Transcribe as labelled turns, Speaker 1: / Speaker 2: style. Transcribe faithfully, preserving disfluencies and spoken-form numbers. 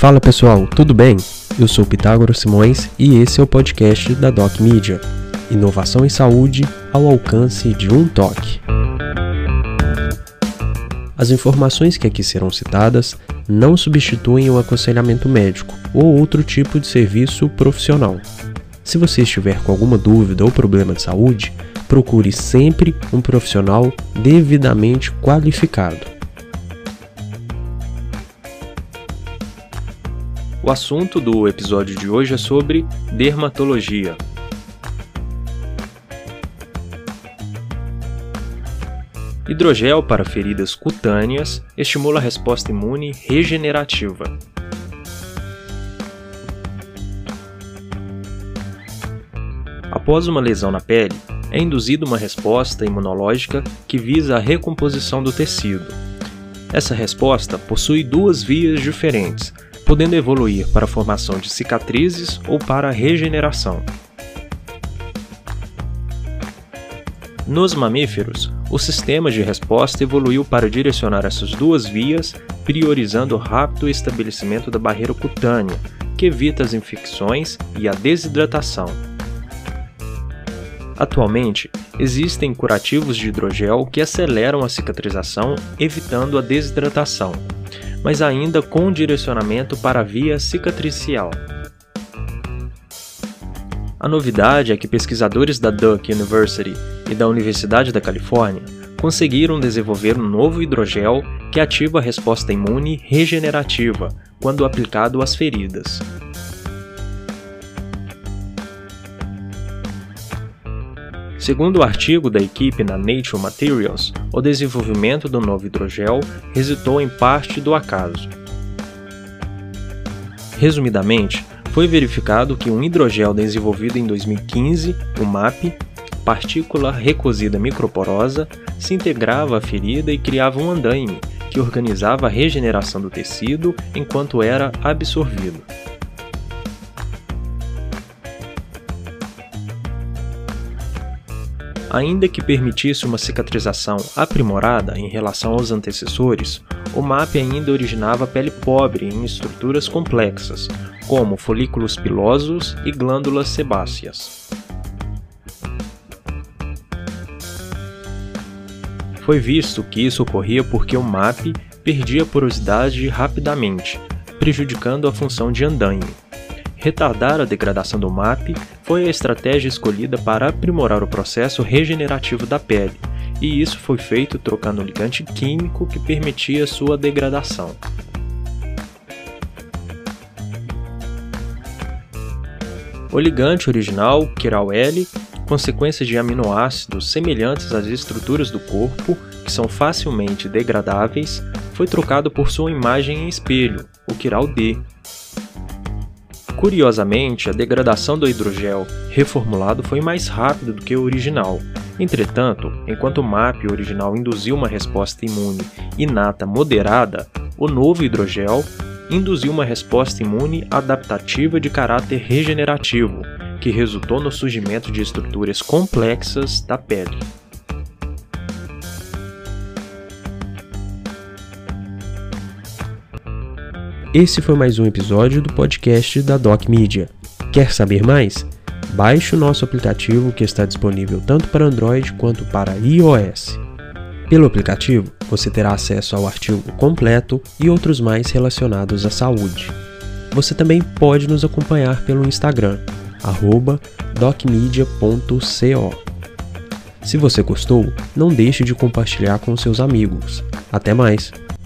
Speaker 1: Fala pessoal, tudo bem? Eu sou Pitágoras Simões e esse é o podcast da Doc Media. Inovação em saúde ao alcance de um toque. As informações que aqui serão citadas não substituem o aconselhamento médico ou outro tipo de serviço profissional. Se você estiver com alguma dúvida ou problema de saúde, procure sempre um profissional devidamente qualificado. O assunto do episódio de hoje é sobre dermatologia. Hidrogel para feridas cutâneas estimula a resposta imune regenerativa. Após uma lesão na pele, é induzida uma resposta imunológica que visa a recomposição do tecido. Essa resposta possui duas vias diferentes, podendo evoluir para a formação de cicatrizes ou para a regeneração. Nos mamíferos, o sistema de resposta evoluiu para direcionar essas duas vias, priorizando o rápido estabelecimento da barreira cutânea, que evita as infecções e a desidratação. Atualmente, existem curativos de hidrogel que aceleram a cicatrização, evitando a desidratação, mas ainda com direcionamento para a via cicatricial. A novidade é que pesquisadores da Duke University e da Universidade da Califórnia conseguiram desenvolver um novo hidrogel que ativa a resposta imune regenerativa quando aplicado às feridas. Segundo o artigo da equipe na Nature Materials, o desenvolvimento do novo hidrogel resultou em parte do acaso. Resumidamente, foi verificado que um hidrogel desenvolvido em dois mil e quinze, o MAP, partícula recosida microporosa, se integrava à ferida e criava um andaime que organizava a regeneração do tecido enquanto era absorvido. Ainda que permitisse uma cicatrização aprimorada em relação aos antecessores, o MAP ainda originava pele pobre em estruturas complexas, como folículos pilosos e glândulas sebáceas. Foi visto que isso ocorria porque o MAP perdia porosidade rapidamente, prejudicando a função de andaime. Retardar a degradação do MAP foi a estratégia escolhida para aprimorar o processo regenerativo da pele, e isso foi feito trocando um ligante químico que permitia sua degradação. O ligante original, Chiral L, consequência de aminoácidos semelhantes às estruturas do corpo, que são facilmente degradáveis, foi trocado por sua imagem em espelho, o Chiral D. Curiosamente, a degradação do hidrogel reformulado foi mais rápida do que o original. Entretanto, enquanto o MAP original induziu uma resposta imune inata moderada, o novo hidrogel induziu uma resposta imune adaptativa de caráter regenerativo, que resultou no surgimento de estruturas complexas da pele. Esse foi mais um episódio do podcast da Doc Media. Quer saber mais? Baixe o nosso aplicativo que está disponível tanto para Android quanto para iOS. Pelo aplicativo, você terá acesso ao artigo completo e outros mais relacionados à saúde. Você também pode nos acompanhar pelo Instagram, arroba docmedia ponto co. Se você gostou, não deixe de compartilhar com seus amigos. Até mais!